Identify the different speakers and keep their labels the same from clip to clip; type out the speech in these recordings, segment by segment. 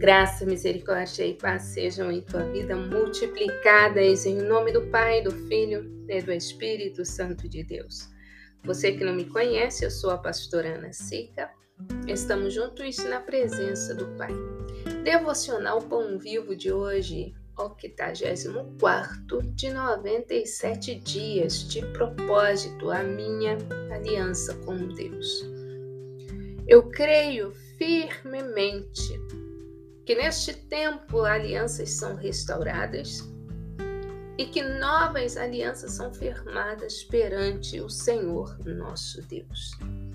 Speaker 1: Graça, misericórdia e paz sejam em tua vida multiplicadas em nome do Pai, do Filho e do Espírito Santo de Deus. Você que não me conhece, eu sou a pastora Ana Sica. Estamos juntos na presença do Pai. Devocional Pão Vivo de hoje, 84º de 97 dias de propósito, a minha aliança com Deus. Eu creio firmemente que neste tempo alianças são restauradas e que novas alianças são firmadas perante o Senhor nosso Deus.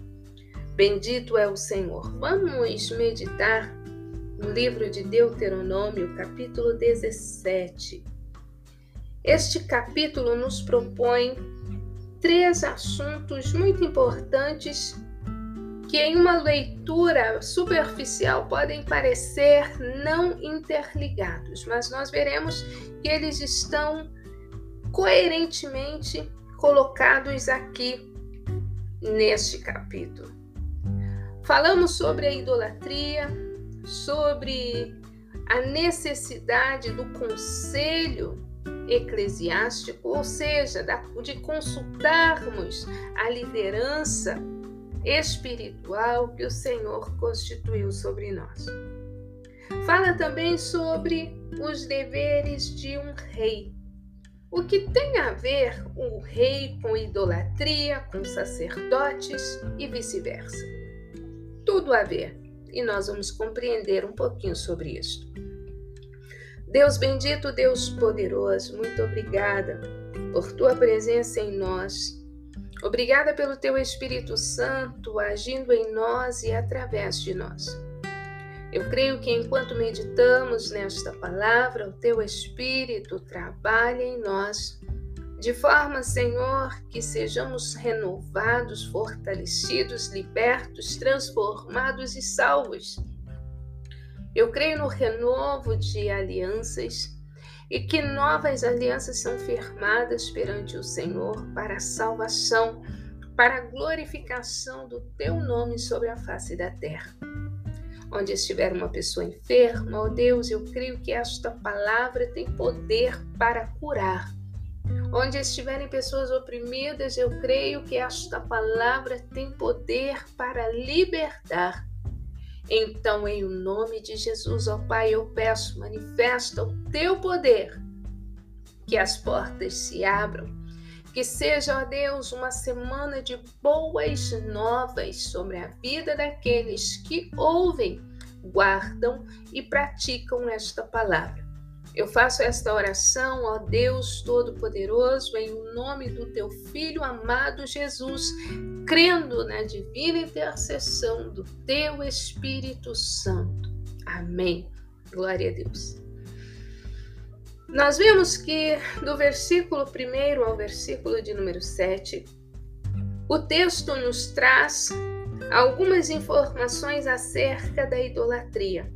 Speaker 1: Bendito é o Senhor. Vamos meditar no livro de Deuteronômio, capítulo 17. Este capítulo nos propõe 3 assuntos muito importantes que em uma leitura superficial podem parecer não interligados, mas nós veremos que eles estão coerentemente colocados aqui neste capítulo. Falamos sobre a idolatria, sobre a necessidade do conselho eclesiástico, ou seja, de consultarmos a liderança espiritual que o Senhor constituiu sobre nós. Fala também sobre os deveres de um rei. O que tem a ver o rei com idolatria, com sacerdotes e vice-versa. Tudo a ver. E nós vamos compreender um pouquinho sobre isso. Deus bendito, Deus poderoso, muito obrigada por tua presença em nós. Obrigada pelo teu Espírito Santo agindo em nós e através de nós. Eu creio que enquanto meditamos nesta palavra, o teu Espírito trabalha em nós, de forma, Senhor, que sejamos renovados, fortalecidos, libertos, transformados e salvos. Eu creio no renovo de alianças e que novas alianças são firmadas perante o Senhor para a salvação, para a glorificação do teu nome sobre a face da terra. Onde estiver uma pessoa enferma, ó Deus, eu creio que esta palavra tem poder para curar. Onde estiverem pessoas oprimidas, eu creio que esta palavra tem poder para libertar. Então, em nome de Jesus, ó Pai, eu peço, manifesta o teu poder, que as portas se abram, que seja, ó Deus, uma semana de boas novas sobre a vida daqueles que ouvem, guardam e praticam esta palavra. Eu faço esta oração, ó Deus Todo-Poderoso, em nome do teu Filho amado Jesus, crendo na divina intercessão do teu Espírito Santo. Amém. Glória a Deus. Nós vimos que do versículo 1 ao versículo de número 7, o texto nos traz algumas informações acerca da idolatria.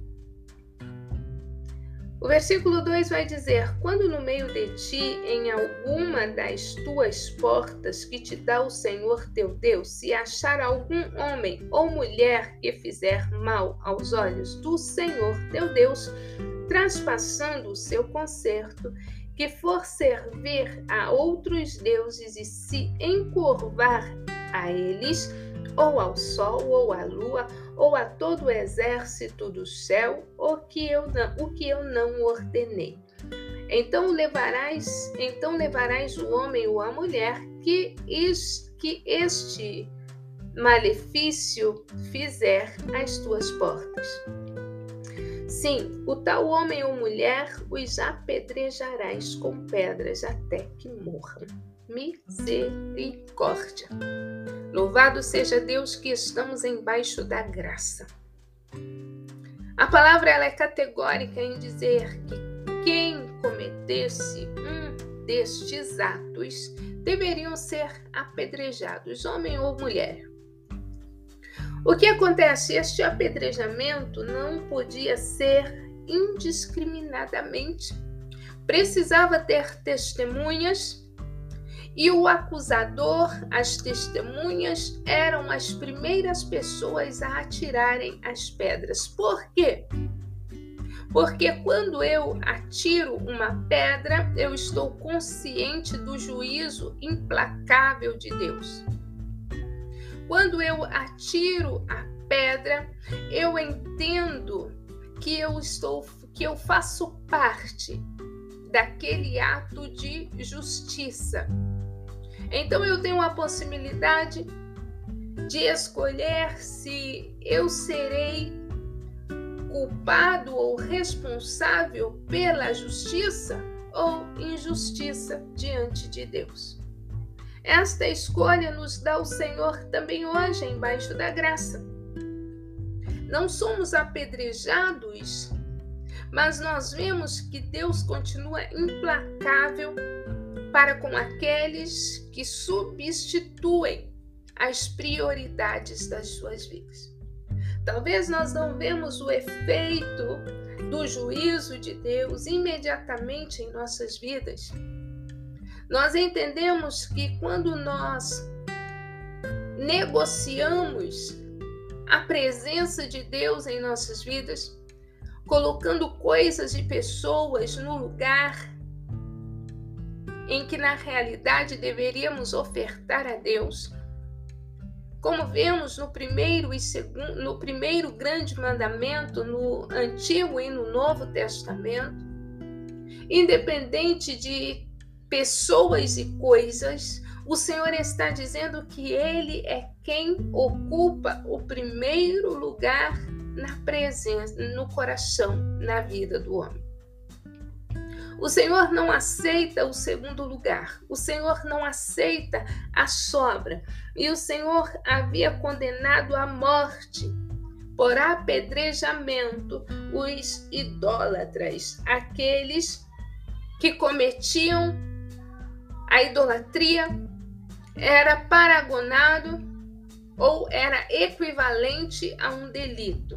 Speaker 1: O versículo 2 vai dizer: quando no meio de ti, em alguma das tuas portas que te dá o Senhor teu Deus, se achar algum homem ou mulher que fizer mal aos olhos do Senhor teu Deus, traspassando o seu concerto, que for servir a outros deuses e se encurvar a eles, ou ao sol, ou à lua, ou a todo o exército do céu, o que eu não ordenei. Então levarás o homem ou a mulher que este malefício fizer às tuas portas. Sim, o tal homem ou mulher os apedrejarás com pedras até que morram. Misericórdia. Louvado seja Deus que estamos embaixo da graça. A palavra ela é categórica em dizer que quem cometesse um destes atos deveriam ser apedrejados, homem ou mulher. O que acontece? Este apedrejamento não podia ser indiscriminadamente. Precisava ter testemunhas e o acusador, as testemunhas, eram as primeiras pessoas a atirarem as pedras. Por quê? Porque quando eu atiro uma pedra, eu estou consciente do juízo implacável de Deus. Quando eu atiro a pedra, eu entendo que eu faço parte daquele ato de justiça. Então eu tenho a possibilidade de escolher se eu serei culpado ou responsável pela justiça ou injustiça diante de Deus. Esta escolha nos dá o Senhor também hoje embaixo da graça. Não somos apedrejados, mas nós vemos que Deus continua implacável para com aqueles que substituem as prioridades das suas vidas. Talvez nós não vemos o efeito do juízo de Deus imediatamente em nossas vidas. Nós entendemos que quando nós negociamos a presença de Deus em nossas vidas, colocando coisas e pessoas no lugar em que na realidade deveríamos ofertar a Deus, como vemos no primeiro grande mandamento, no Antigo e no Novo Testamento, independente de pessoas e coisas, o Senhor está dizendo que Ele é quem ocupa o primeiro lugar na presença, no coração, na vida do homem. O Senhor não aceita o segundo lugar, o Senhor não aceita a sobra. E o Senhor havia condenado à morte por apedrejamento os idólatras, aqueles que cometiam a idolatria, era paragonado ou era equivalente a um delito.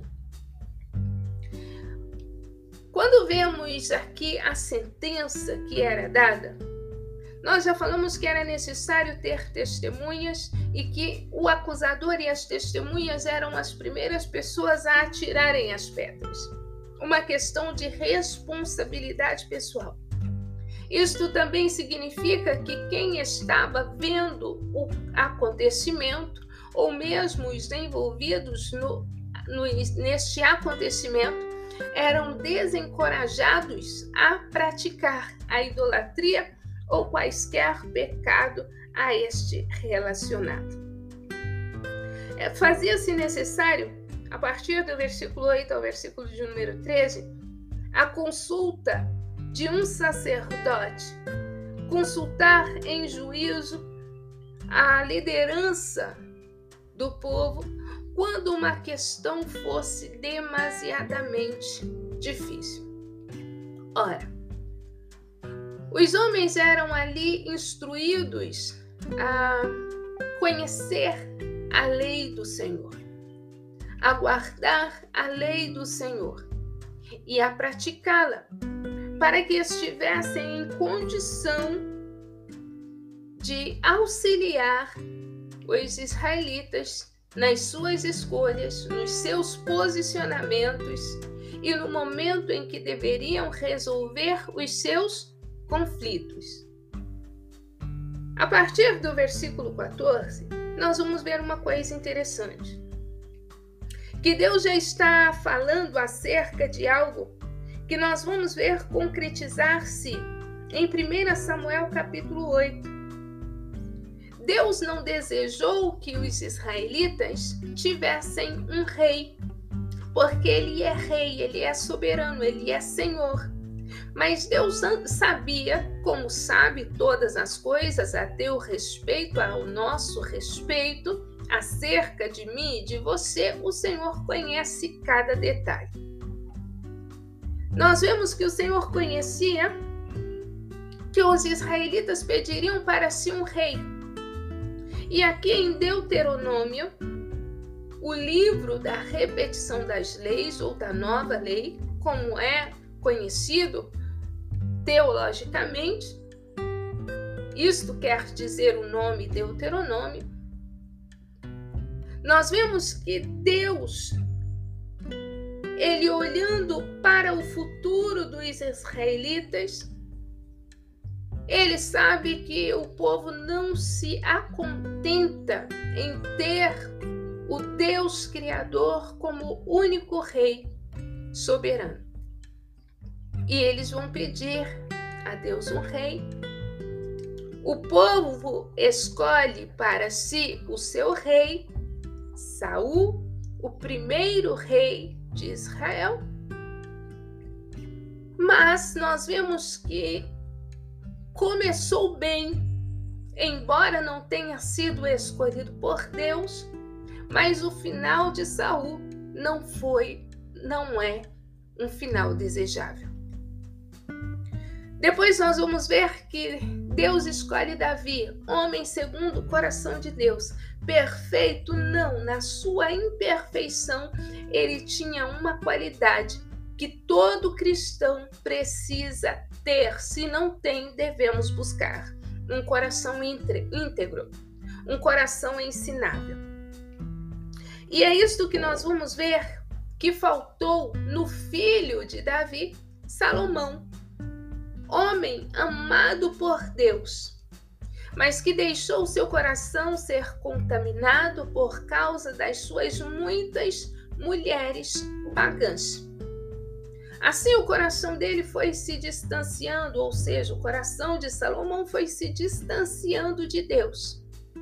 Speaker 1: Quando vemos aqui a sentença que era dada, nós já falamos que era necessário ter testemunhas e que o acusador e as testemunhas eram as primeiras pessoas a atirarem as pedras. Uma questão de responsabilidade pessoal. Isto também significa que quem estava vendo o acontecimento, ou mesmo os envolvidos neste acontecimento, eram desencorajados a praticar a idolatria ou quaisquer pecado a este relacionado. Fazia-se necessário, a partir do versículo 8 ao versículo de número 13, a consulta de um sacerdote, consultar em juízo a liderança do povo quando uma questão fosse demasiadamente difícil. Ora, os homens eram ali instruídos a conhecer a lei do Senhor, a guardar a lei do Senhor e a praticá-la, para que estivessem em condição de auxiliar os israelitas nas suas escolhas, nos seus posicionamentos e no momento em que deveriam resolver os seus conflitos. A partir do versículo 14, nós vamos ver uma coisa interessante. Que Deus já está falando acerca de algo que nós vamos ver concretizar-se em 1 Samuel capítulo 8. Deus não desejou que os israelitas tivessem um rei, porque ele é rei, ele é soberano, ele é Senhor. Mas Deus sabia, como sabe todas as coisas, a teu respeito, ao nosso respeito, acerca de mim e de você, o Senhor conhece cada detalhe. Nós vemos que o Senhor conhecia que os israelitas pediriam para si um rei. E aqui em Deuteronômio, o livro da repetição das leis, ou da nova lei, como é conhecido teologicamente, isto quer dizer o nome Deuteronômio, nós vemos que Deus ele olhando para o futuro dos israelitas, ele sabe que o povo não se acontenta em ter o Deus Criador como único Rei soberano. E eles vão pedir a Deus um rei. O povo escolhe para si o seu rei, Saul, o primeiro rei de Israel. Mas nós vemos que começou bem, embora não tenha sido escolhido por Deus, mas o final de Saul não é um final desejável. Depois nós vamos ver que Deus escolhe Davi, homem segundo o coração de Deus. Perfeito não, na sua imperfeição, ele tinha uma qualidade que todo cristão precisa ter. Se não tem, devemos buscar um coração íntegro, um coração ensinável. E é isto que nós vamos ver que faltou no filho de Davi, Salomão, homem amado por Deus, mas que deixou seu coração ser contaminado por causa das suas muitas mulheres pagãs. Assim, o coração dele foi se distanciando, ou seja, o coração de Salomão foi se distanciando de Deus.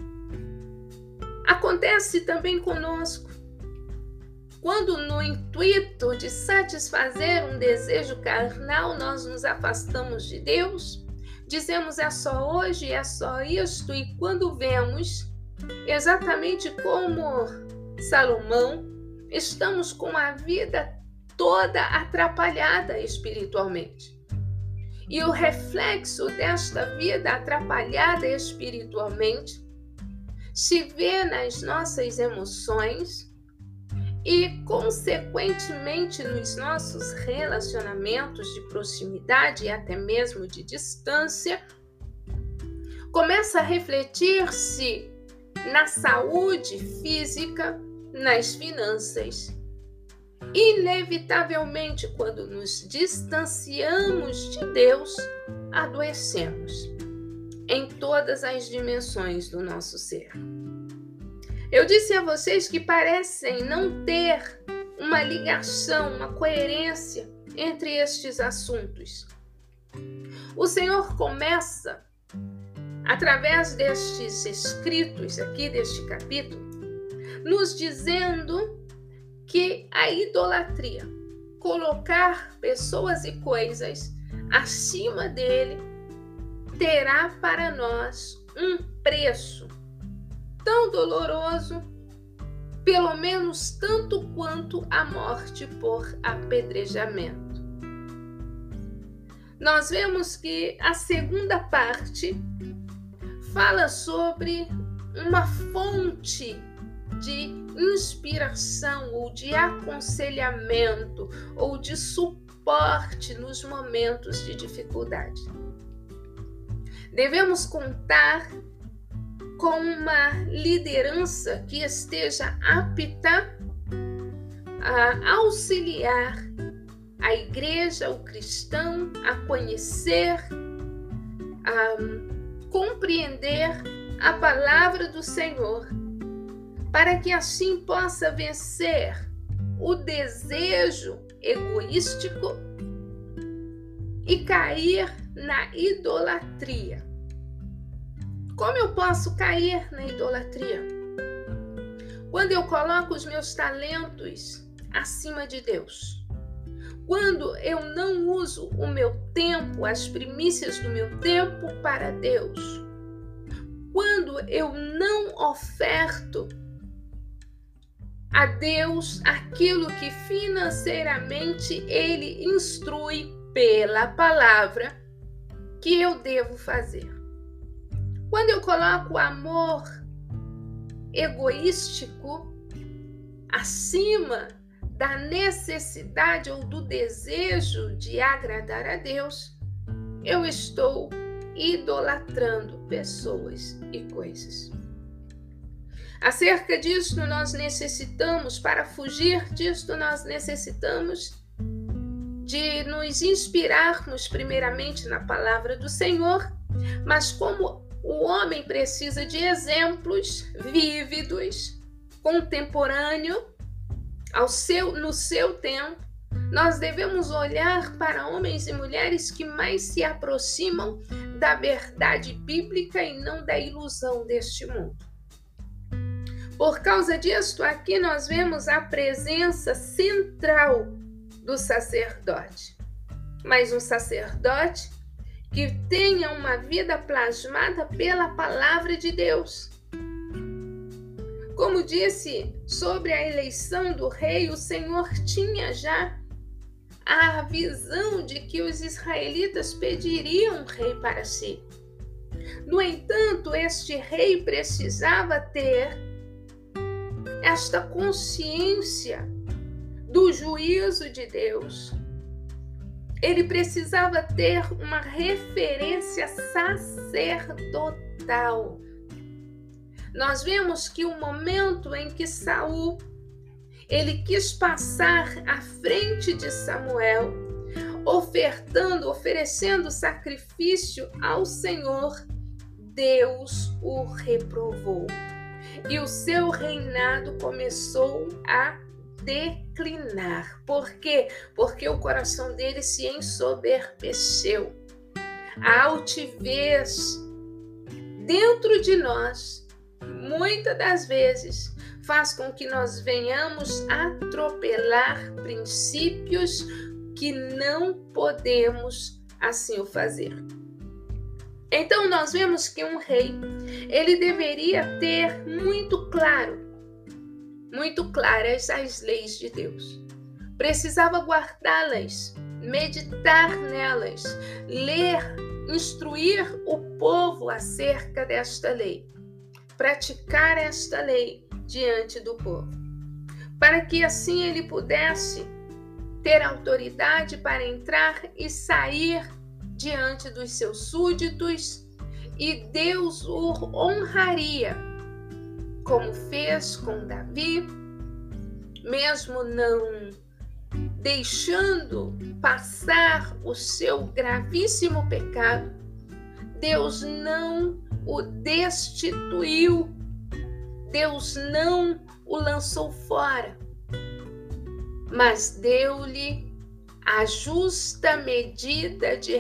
Speaker 1: Acontece também conosco. Quando, no intuito de satisfazer um desejo carnal, nós nos afastamos de Deus, dizemos é só hoje, é só isto, e quando vemos, exatamente como Salomão, estamos com a vida toda atrapalhada espiritualmente. E o reflexo desta vida atrapalhada espiritualmente se vê nas nossas emoções e, consequentemente, nos nossos relacionamentos de proximidade e até mesmo de distância, começa a refletir-se na saúde física, nas finanças. Inevitavelmente, quando nos distanciamos de Deus, adoecemos em todas as dimensões do nosso ser. Eu disse a vocês que parecem não ter uma ligação, uma coerência entre estes assuntos. O Senhor começa, através destes escritos aqui, deste capítulo, nos dizendo que a idolatria, colocar pessoas e coisas acima dele, terá para nós um preço tão doloroso, pelo menos tanto quanto a morte por apedrejamento. Nós vemos que a segunda parte fala sobre uma fonte de inspiração ou de aconselhamento ou de suporte nos momentos de dificuldade. Devemos contar com uma liderança que esteja apta a auxiliar a igreja, o cristão, a conhecer, a compreender a palavra do Senhor, para que assim possa vencer o desejo egoístico e cair na idolatria. Como eu posso cair na idolatria? Quando eu coloco os meus talentos acima de Deus. Quando eu não uso o meu tempo, as primícias do meu tempo para Deus. Quando eu não oferto a Deus aquilo que financeiramente Ele instrui pela palavra que eu devo fazer. Quando eu coloco o amor egoístico acima da necessidade ou do desejo de agradar a Deus, eu estou idolatrando pessoas e coisas. Acerca disto, para fugir disto, nós necessitamos de nos inspirarmos primeiramente na palavra do Senhor, mas como o homem precisa de exemplos vívidos, contemporâneos, no seu tempo, nós devemos olhar para homens e mulheres que mais se aproximam da verdade bíblica e não da ilusão deste mundo. Por causa disto, aqui nós vemos a presença central do sacerdote. Mas um sacerdote que tenha uma vida plasmada pela palavra de Deus. Como disse sobre a eleição do rei, o Senhor tinha já a visão de que os israelitas pediriam um rei para si. No entanto, este rei precisava ter esta consciência do juízo de Deus. Ele precisava ter uma referência sacerdotal. Nós vemos que o momento em que Saul ele quis passar à frente de Samuel, oferecendo sacrifício ao Senhor, Deus o reprovou. E o seu reinado começou a declinar. Por quê? Porque o coração dele se ensoberbeceu. A altivez dentro de nós, muitas das vezes, faz com que nós venhamos atropelar princípios que não podemos assim o fazer. Então nós vemos que um rei, ele deveria ter muito claras as leis de Deus. Precisava guardá-las, meditar nelas, ler, instruir o povo acerca desta lei, praticar esta lei diante do povo, para que assim ele pudesse ter autoridade para entrar e sair diante dos seus súditos, e Deus o honraria, como fez com Davi, mesmo não deixando passar o seu gravíssimo pecado. Deus não o destituiu, Deus não o lançou fora, mas deu-lhe a justa medida de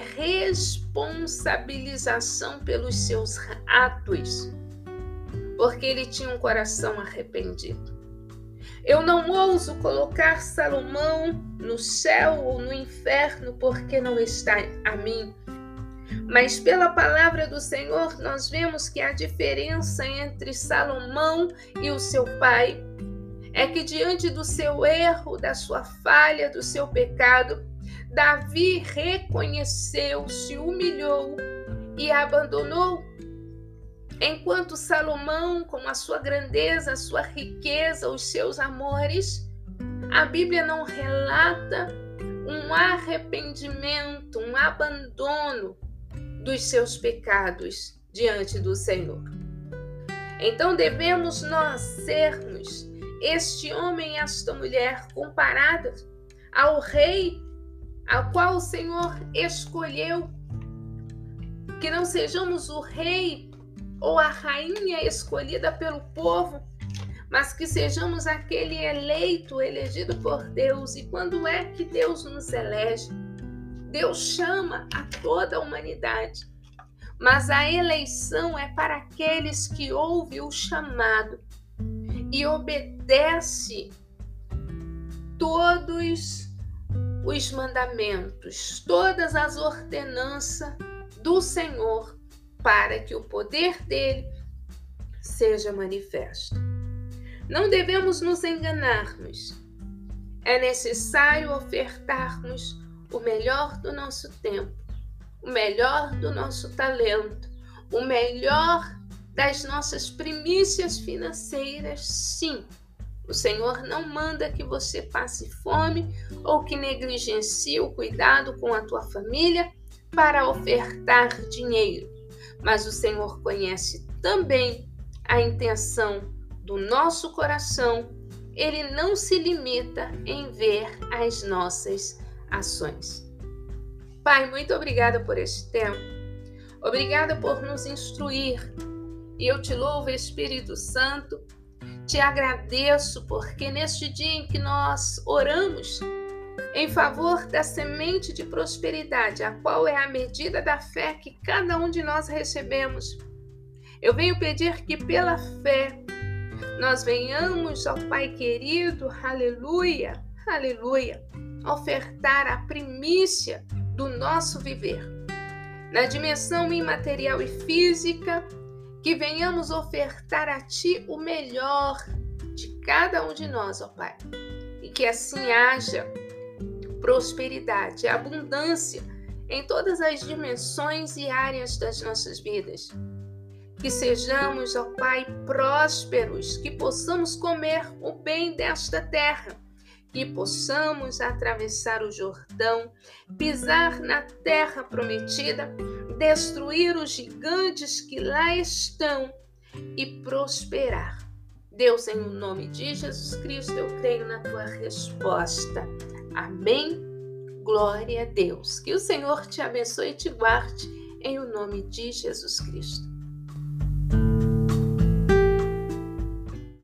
Speaker 1: responsabilização pelos seus atos, porque ele tinha um coração arrependido. Eu não ouso colocar Salomão no céu ou no inferno, porque não está a mim. Mas pela palavra do Senhor, nós vemos que a diferença entre Salomão e o seu pai é que diante do seu erro, da sua falha, do seu pecado, Davi reconheceu, se humilhou e abandonou. Enquanto Salomão, com a sua grandeza, a sua riqueza, os seus amores, a Bíblia não relata um arrependimento, um abandono dos seus pecados diante do Senhor. Então devemos nós sermos este homem e esta mulher comparados ao rei ao qual o Senhor escolheu, que não sejamos o rei ou a rainha escolhida pelo povo, mas que sejamos aquele eleito, elegido por Deus. E quando é que Deus nos elege? Deus chama a toda a humanidade, mas a eleição é para aqueles que ouvem o chamado e obedece todos os mandamentos, todas as ordenanças do Senhor, para que o poder dele seja manifesto. Não devemos nos enganarmos. É necessário ofertarmos o melhor do nosso tempo, o melhor do nosso talento, o melhor das nossas primícias financeiras, sim. O Senhor não manda que você passe fome ou que negligencie o cuidado com a tua família para ofertar dinheiro. Mas o Senhor conhece também a intenção do nosso coração, ele não se limita em ver as nossas ações. Pai, muito obrigada por este tempo. Obrigada por nos instruir. E eu te louvo, Espírito Santo. Te agradeço porque neste dia em que nós oramos em favor da semente de prosperidade, a qual é a medida da fé que cada um de nós recebemos, eu venho pedir que pela fé nós venhamos, ó Pai querido, aleluia, aleluia, ofertar a primícia do nosso viver. Na dimensão imaterial e física, que venhamos ofertar a Ti o melhor de cada um de nós, ó Pai. E que assim haja prosperidade, abundância em todas as dimensões e áreas das nossas vidas. Que sejamos, ó Pai, prósperos, que possamos comer o bem desta terra, que possamos atravessar o Jordão, pisar na terra prometida, destruir os gigantes que lá estão e prosperar. Deus, em nome de Jesus Cristo, eu creio na tua resposta. Amém? Glória a Deus. Que o Senhor te abençoe e te guarde, em nome de Jesus Cristo.